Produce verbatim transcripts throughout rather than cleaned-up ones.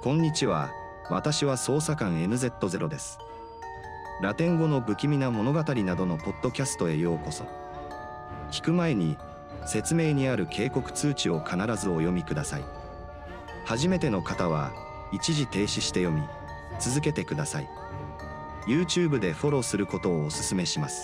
こんにちは。私は捜査官 エヌゼットゼロ です。ラテン語の不気味な物語などのポッドキャストへようこそ。聞く前に説明にある警告通知を必ずお読みください。初めての方は一時停止して読み続けてください。YouTube でフォローすることをお勧めします。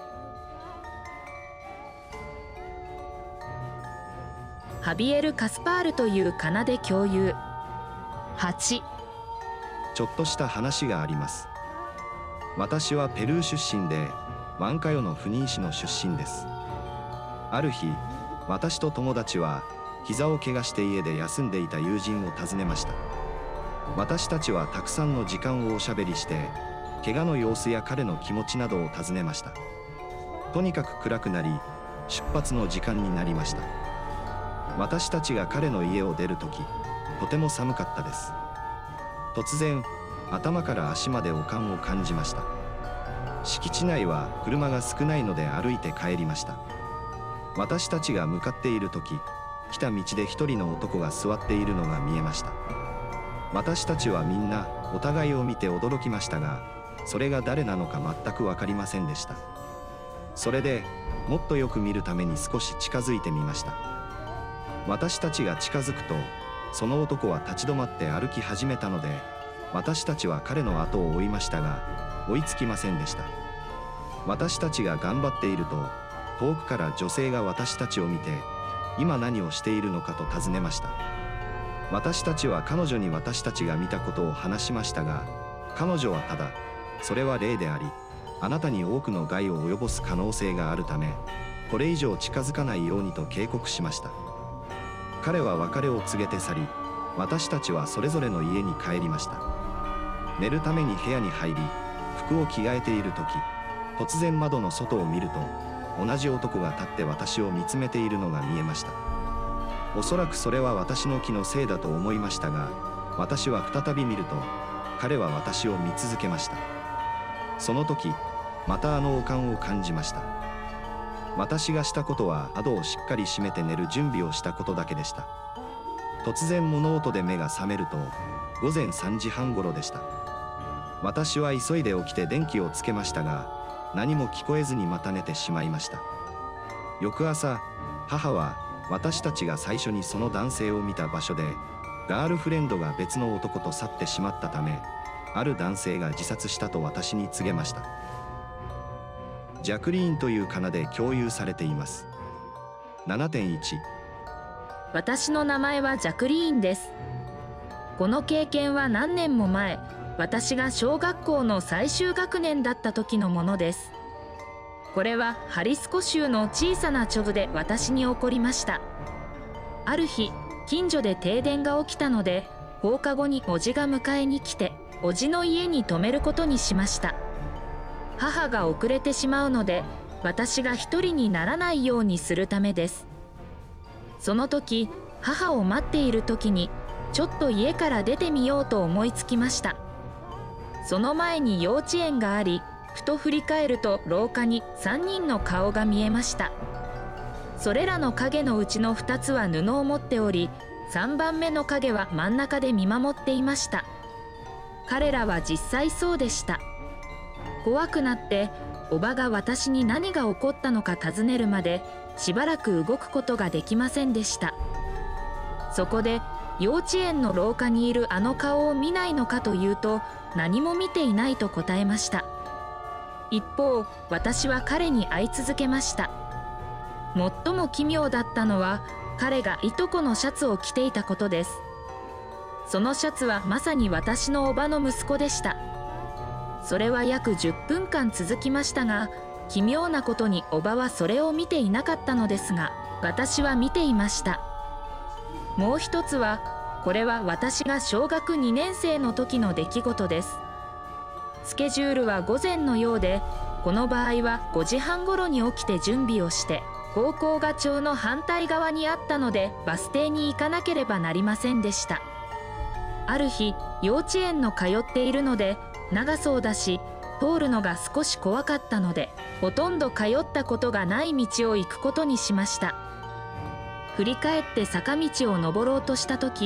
ハビエル・カスパールという奏で共有。はちちょっとした話があります。私はペルー出身でワンカヨの不妊師の出身です。ある日、私と友達は膝を怪我して家で休んでいた友人を訪ねました。私たちはたくさんの時間をおしゃべりして怪我の様子や彼の気持ちなどを尋ねました。とにかく暗くなり出発の時間になりました。私たちが彼の家を出るとき、とても寒かったです。突然、頭から足まで悪寒を感じました。敷地内は車が少ないので歩いて帰りました。私たちが向かっているとき、来た道で一人の男が座っているのが見えました。私たちはみんなお互いを見て驚きましたが、それが誰なのか全く分かりませんでした。それでもっとよく見るために少し近づいてみました。私たちが近づくと、その男は立ち止まって歩き始めたので、私たちは彼の後を追いましたが、追いつきませんでした。私たちが頑張っていると、遠くから女性が私たちを見て、今何をしているのかと尋ねました。私たちは彼女に私たちが見たことを話しましたが、彼女はただ、それは霊であり、あなたに多くの害を及ぼす可能性があるため、これ以上近づかないようにと警告しました。彼は別れを告げて去り、私たちはそれぞれの家に帰りました。寝るために部屋に入り、服を着替えているとき、突然窓の外を見ると、同じ男が立って私を見つめているのが見えました。おそらくそれは私の気のせいだと思いましたが、私は再び見ると、彼は私を見続けました。その時、またあの悪寒を感じました。私がしたことは窓をしっかり閉めて寝る準備をしたことだけでした。突然物音で目が覚めると、ごぜんさんじはんごろでした。私は急いで起きて電気をつけましたが、何も聞こえずにまた寝てしまいました。翌朝、母は私たちが最初にその男性を見た場所で、ガールフレンドが別の男と去ってしまったため、ある男性が自殺したと私に告げました。ジャクリーンという奏で共有されています。ななてんいち私の名前はジャクリーンです。この経験は何年も前、私が小学校の最終学年だった時のものです。これはハリスコ州の小さな町で私に起こりました。ある日、近所で停電が起きたので、放課後におじが迎えに来て、おじの家に泊めることにしました。母が遅れてしまうので、私が一人にならないようにするためです。その時、母を待っている時に、ちょっと家から出てみようと思いつきました。その前に幼稚園があり、ふと振り返ると廊下にさんにんの顔が見えました。それらの影のうちのふたつは布を持っており、さんばんめの影は真ん中で見守っていました。彼らは実際そうでした。怖くなって、おばが私に何が起こったのか尋ねるまで、しばらく動くことができませんでした。そこで、幼稚園の廊下にいるあの顔を見ないのかというと、何も見ていないと答えました。一方、私は彼に会い続けました。最も奇妙だったのは、彼がいとこのシャツを着ていたことです。そのシャツはまさに私のおばの息子でした。それは約じゅっぷんかん続きましたが、奇妙なことにおばはそれを見ていなかったのですが、私は見ていました。もう一つは、これは私が小学にねんせいの時の出来事です。スケジュールは午前のようで、この場合はごじはんごろに起きて準備をして、高校が町の反対側にあったのでバス停に行かなければなりませんでした。ある日、幼稚園の通っているので、長そうだし、通るのが少し怖かったので、ほとんど通ったことがない道を行くことにしました。振り返って坂道を登ろうとした時、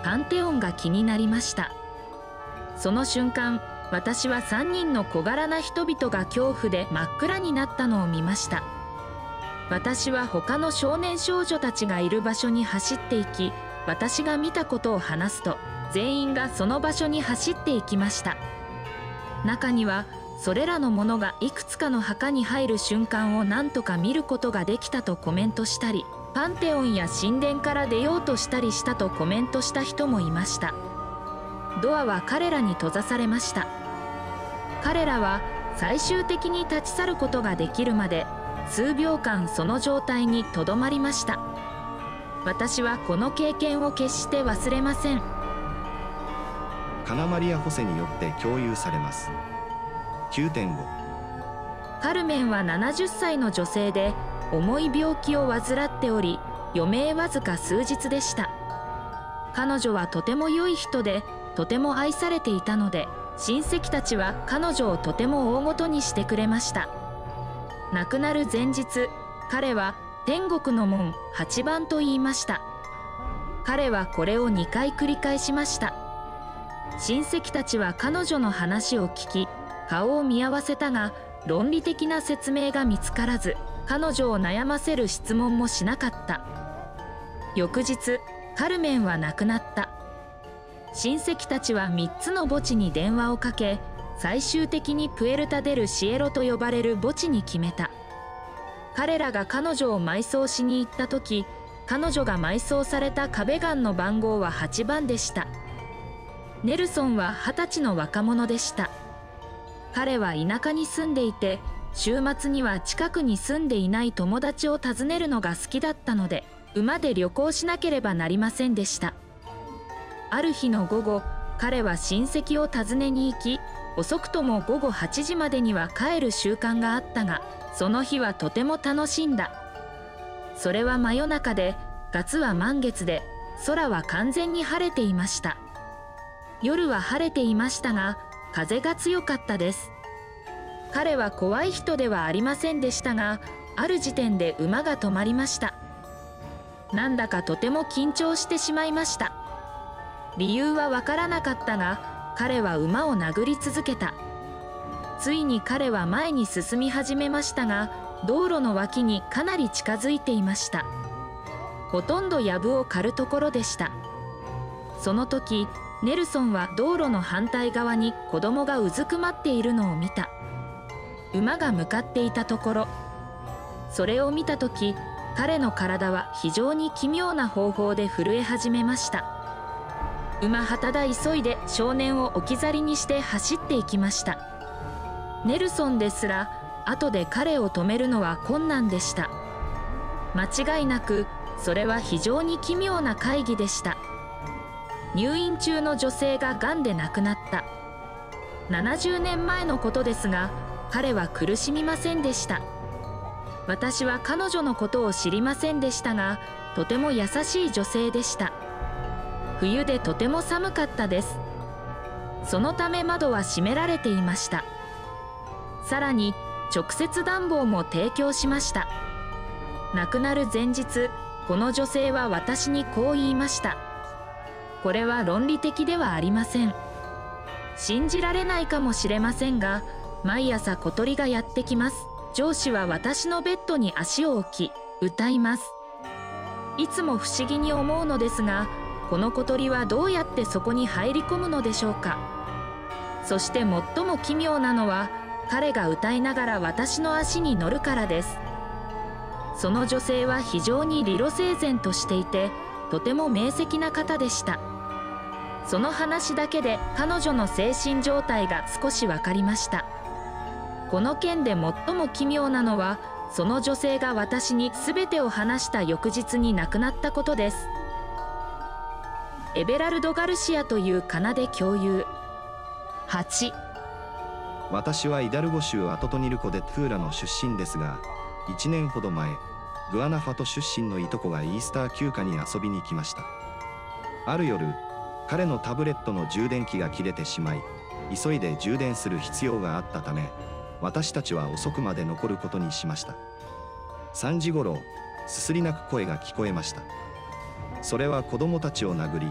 パンテオンが気になりました。その瞬間、私はさんにんの小柄な人々が恐怖で真っ暗になったのを見ました。私は他の少年少女たちがいる場所に走っていき、私が見たことを話すと、全員がその場所に走っていきました。中にはそれらのものがいくつかの墓に入る瞬間を何とか見ることができたとコメントしたり、パンテオンや神殿から出ようとしたりしたとコメントした人もいました。ドアは彼らに閉ざされました。彼らは最終的に立ち去ることができるまで数秒間その状態にとどまりました。私はこの経験を決して忘れません。 カナマリア・ホセによって共有されます。きゅうてんごカルメンはななじゅっさいの女性で重い病気を患っており、余命わずか数日でした。彼女はとても良い人でとても愛されていたので、親戚たちは彼女をとても大ごとにしてくれました。亡くなる前日、彼は天国の門はちばんと言いました。彼はこれをにかい繰り返しました。親戚たちは彼女の話を聞き、顔を見合わせたが論理的な説明が見つからず、彼女を悩ませる質問もしなかった。翌日、カルメンは亡くなった。親戚たちはみっつの墓地に電話をかけ、最終的にプエルタ・デル・シエロと呼ばれる墓地に決めた。彼らが彼女を埋葬しに行った時、彼女が埋葬された壁岩の番号ははちばんでした。ネルソンははたちの若者でした。彼は田舎に住んでいて、週末には近くに住んでいない友達を訪ねるのが好きだったので、馬で旅行しなければなりませんでした。ある日の午後、彼は親戚を訪ねに行き、遅くともごごはちじまでには帰る習慣があったが、その日はとても楽しんだ。それは真夜中で、月は満月で、空は完全に晴れていました。夜は晴れていましたが、風が強かったです。彼は怖い人ではありませんでしたが、ある時点で馬が止まりました。なんだかとても緊張してしまいました。理由はわからなかったが、彼は馬を殴り続けた。ついに彼は前に進み始めましたが、道路の脇にかなり近づいていました。ほとんど藪を刈るところでした。その時、ネルソンは道路の反対側に子供がうずくまっているのを見た。馬が向かっていたところ、それを見た時、彼の体は非常に奇妙な方法で震え始めました。馬はただ急いで少年を置き去りにして走っていきました。ネルソンですら後で彼を止めるのは困難でした。間違いなくそれは非常に奇妙な会議でした。入院中の女性ががんで亡くなった。ななじゅうねんまえのことですが、彼は苦しみませんでした。私は彼女のことを知りませんでしたが、とても優しい女性でした。冬でとても寒かったです。そのため窓は閉められていました。さらに直接暖房も提供しました。亡くなる前日、この女性は私にこう言いました。これは論理的ではありません。信じられないかもしれませんが、毎朝小鳥がやってきます。上司は私のベッドに足を置き、歌います。いつも不思議に思うのですが、この小鳥はどうやってそこに入り込むのでしょうか。そして最も奇妙なのは、彼が歌いながら私の足に乗るからです。その女性は非常に理路整然としていて、とても明晰な方でした。その話だけで彼女の精神状態が少し分かりました。この件で最も奇妙なのは、その女性が私に全てを話した翌日に亡くなったことです。エベラルド・ガルシアという奏で共有。はち、 私はイダルゴ州アトトニルコ・デ・トゥーラの出身ですが、いちねんほど前、グアナファト出身のいとこがイースター休暇に遊びに来ました。ある夜、彼のタブレットの充電器が切れてしまい、急いで充電する必要があったため、私たちは遅くまで残ることにしました。さんじごろ、すすり泣く声が聞こえました。それは子供たちを殴り、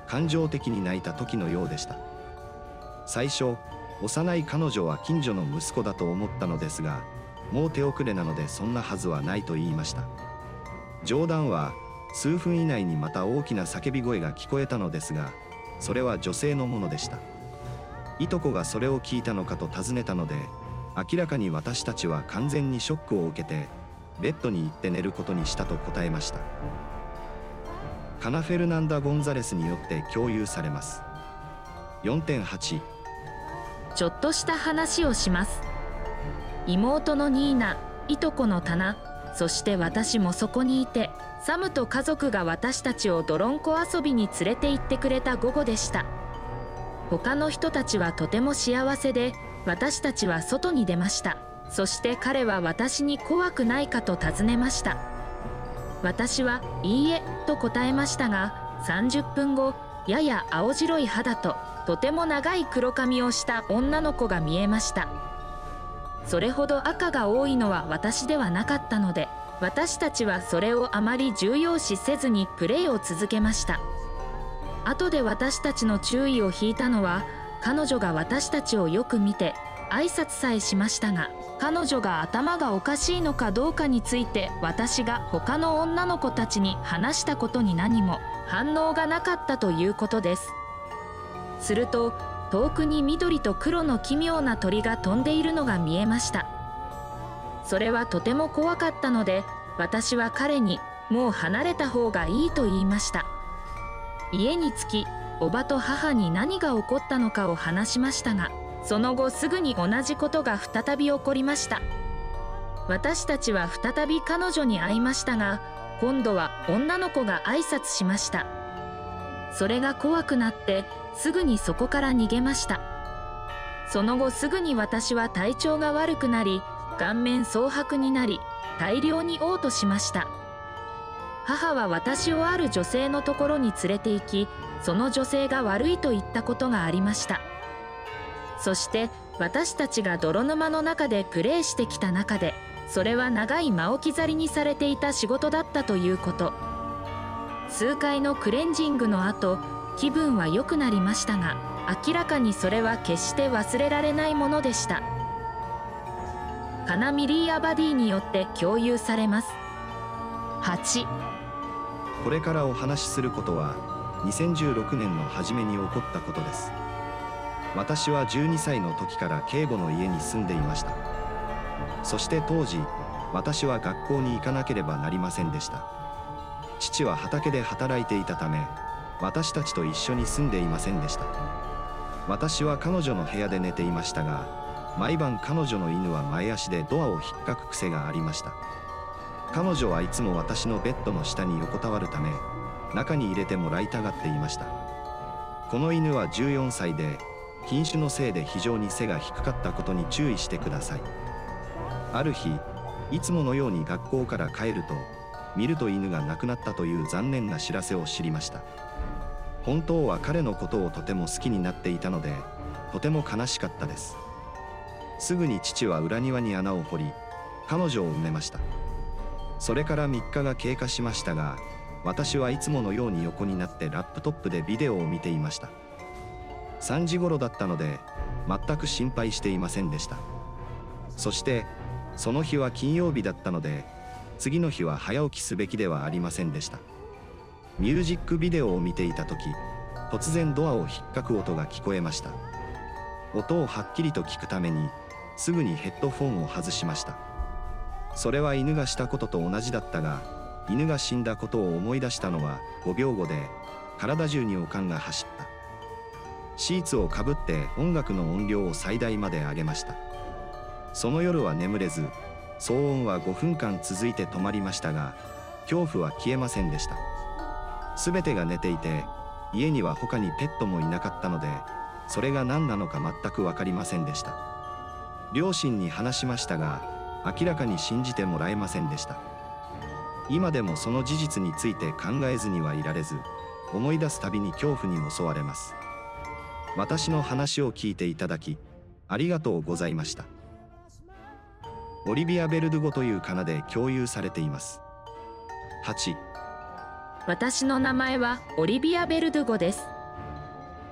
感情的に泣いた時のようでした。最初、幼い彼女は近所の息子だと思ったのですが、もう手遅れなのでそんなはずはないと言いました。冗談は数分以内にまた大きな叫び声が聞こえたのですが、それは女性のものでした。いとこがそれを聞いたのかと尋ねたので、明らかに私たちは完全にショックを受けて、ベッドに行って寝ることにしたと答えました。カナ・フェルナンダ・ゴンザレスによって共有されます。よんてんはち。 ちょっとした話をします。妹のニーナ、いとこのタナ、そして私もそこにいて、サムと家族が私たちを泥んこ遊びに連れて行ってくれた午後でした。他の人たちはとても幸せで、私たちは外に出ました。そして彼は私に怖くないかと尋ねました。私はいいえと答えましたが、さんじゅっぷんご、やや青白い肌ととても長い黒髪をした女の子が見えました。それほど赤が多いのは私ではなかったので、私たちはそれをあまり重要視せずにプレイを続けました。後で私たちの注意を引いたのは、彼女が私たちをよく見て挨拶さえしましたが、彼女が頭がおかしいのかどうかについて私が他の女の子たちに話したことに何も反応がなかったということです。すると遠くに緑と黒の奇妙な鳥が飛んでいるのが見えました。それはとても怖かったので、私は彼にもう離れた方がいいと言いました。家に着き、おばと母に何が起こったのかを話しましたが、その後すぐに同じことが再び起こりました。私たちは再び彼女に会いましたが、今度は女の子が挨拶しました。それが怖くなってすぐにそこから逃げました。その後すぐに私は体調が悪くなり、顔面蒼白になり、大量に嘔吐しました。母は私をある女性のところに連れて行き、その女性が悪いと言ったことがありました。そして私たちが泥沼の中でプレーしてきた中で、それは長い間置き去りにされていた仕事だったということ。数回のクレンジングの後、気分は良くなりましたが、明らかにそれは決して忘れられないものでした。カナ・ミリー・アバディによって共有されます。はち。 これからお話しすることはにせんじゅうろくねんの初めに起こったことです。私はじゅうにさいの時から警母の家に住んでいました。そして当時、私は学校に行かなければなりませんでした。父は畑で働いていたため、私たちと一緒に住んでいませんでした。私は彼女の部屋で寝ていましたが、毎晩彼女の犬は前足でドアをひっかく癖がありました。彼女はいつも私のベッドの下に横たわるため、中に入れてもらいたがっていました。この犬はじゅうよんさいで、品種のせいで非常に背が低かったことに注意してください。ある日、いつものように学校から帰ると、見ると犬が亡くなったという残念な知らせを知りました。本当は彼のことをとても好きになっていたので、とても悲しかったです。すぐに父は裏庭に穴を掘り、彼女を埋めました。それからみっかが経過しましたが、私はいつものように横になってラップトップでビデオを見ていました。さんじ頃だったので、全く心配していませんでした。そして、その日は金曜日だったので、次の日は早起きすべきではありませんでした。ミュージックビデオを見ていた時、突然ドアをひっかく音が聞こえました。音をはっきりと聞くために、すぐにヘッドフォンを外しました。それは犬がしたことと同じだったが、犬が死んだことを思い出したのはごびょうごで、体中に悪寒が走った。シーツをかぶって音楽の音量を最大まで上げました。その夜は眠れず、騒音はごふんかん続いて止まりましたが、恐怖は消えませんでした。すべてが寝ていて、家には他にペットもいなかったので、それが何なのか全く分かりませんでした。両親に話しましたが、明らかに信じてもらえませんでした。今でもその事実について考えずにはいられず、思い出すたびに恐怖に襲われます。私の話を聞いていただき、ありがとうございました。オリビア・ベルドゥゴという仮名で共有されています。はち。 私の名前はオリビア・ベルドゥゴです。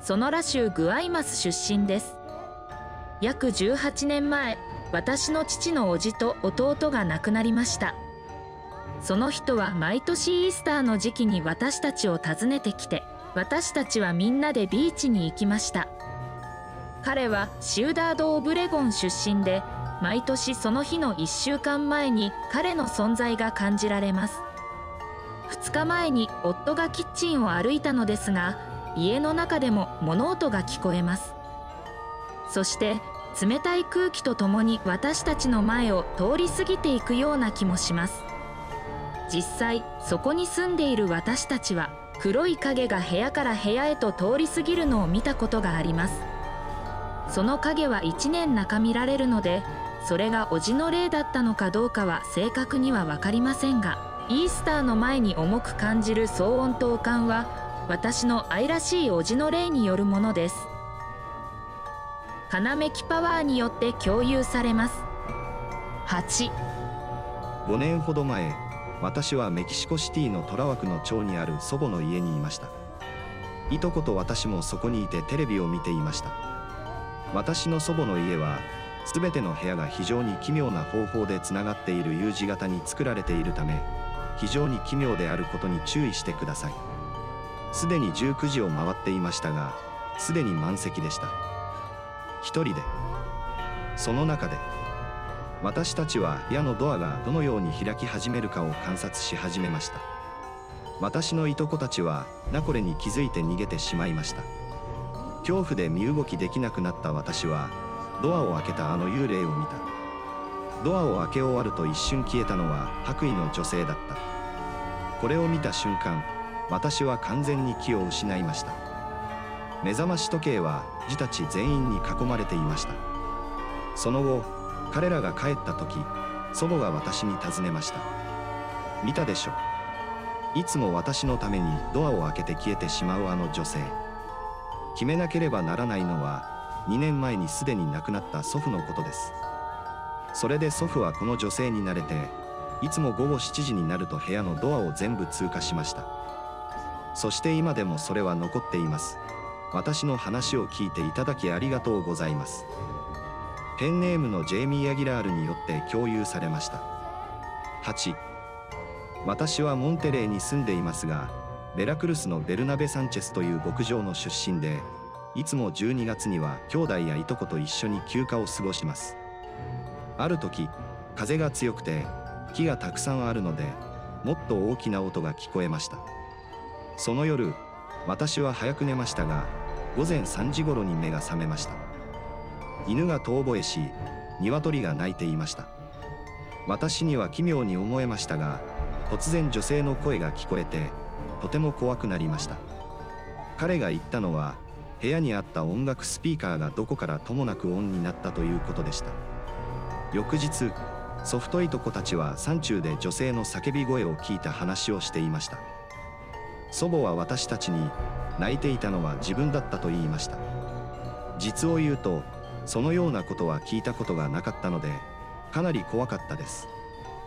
ソノラ州グアイマス出身です。約じゅうはちねんまえ、私の父の叔父と弟が亡くなりました。その人は毎年イースターの時期に私たちを訪ねてきて、私たちはみんなでビーチに行きました。彼はシウダード・オブレゴン出身で、毎年その日のいっしゅうかんまえに彼の存在が感じられます。ふつかまえに夫がキッチンを歩いたのですが、家の中でも物音が聞こえます。そして冷たい空気とともに私たちの前を通り過ぎていくような気もします。実際そこに住んでいる私たちは黒い影が部屋から部屋へと通り過ぎるのを見たことがあります。その影はいちねん中見られるので、それが叔父の霊だったのかどうかは正確には分かりませんが、イースターの前に重く感じる騒音と悪感は私の愛らしい叔父の霊によるものです。カナメキパワーによって共有されます。はち、 ごねんほど前、私はメキシコシティのトラワクの町にある祖母の家にいました。いとこと私もそこにいてテレビを見ていました。私の祖母の家はすべての部屋が非常に奇妙な方法でつながっている U 字型に作られているため、非常に奇妙であることに注意してください。すでにじゅうくじを回っていましたが、すでに満席でした。一人で。その中で私たちは部屋のドアがどのように開き始めるかを観察し始めました。私のいとこたちはナコレに気づいて逃げてしまいました。恐怖で身動きできなくなった私はドアを開けたあの幽霊を見た。ドアを開け終わると一瞬消えたのは白衣の女性だった。これを見た瞬間、私は完全に気を失いました。目覚まし時計は児たち全員に囲まれていました。その後、彼らが帰った時、祖母が私に尋ねました。見たでしょ。いつも私のためにドアを開けて消えてしまうあの女性。決めなければならないのは、にねんまえにすでに亡くなった祖父のことです。それで祖父はこの女性に慣れて、いつもごごしちじになると部屋のドアを全部通過しました。そして今でもそれは残っています。私の話を聞いていただきありがとうございます。ペンネームのジェイミー・アギラールによって共有されました。はち、私はモンテレーに住んでいますが、ベラクルスのベルナベ・サンチェスという牧場の出身で、いつもじゅうにがつには兄弟やいとこと一緒に休暇を過ごします。ある時、風が強くて木がたくさんあるので、もっと大きな音が聞こえました。その夜、私は早く寝ましたが、ごぜんさんじ頃に目が覚めました。犬が遠吠えし、鶏が鳴いていました。私には奇妙に思えましたが、突然女性の声が聞こえて、とても怖くなりました。彼が言ったのは、部屋にあった音楽スピーカーがどこからともなくオンになったということでした。翌日、祖父といとこたちは山中で女性の叫び声を聞いた話をしていました。祖母は私たちに、泣いていたのは自分だったと言いました。実を言うと、そのようなことは聞いたことがなかったので、かなり怖かったです。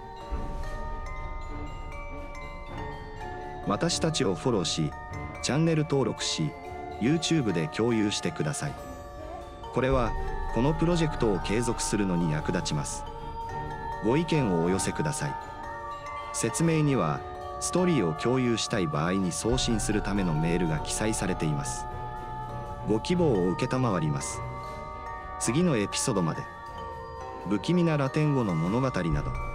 私たちをフォローし、チャンネル登録し、YouTube で共有してください。これは、このプロジェクトを継続するのに役立ちます。ご意見をお寄せください。説明には、ストーリーを共有したい場合に送信するためのメールが記載されています。ご希望を承ります。次のエピソードまで。不気味なラテン語の物語など。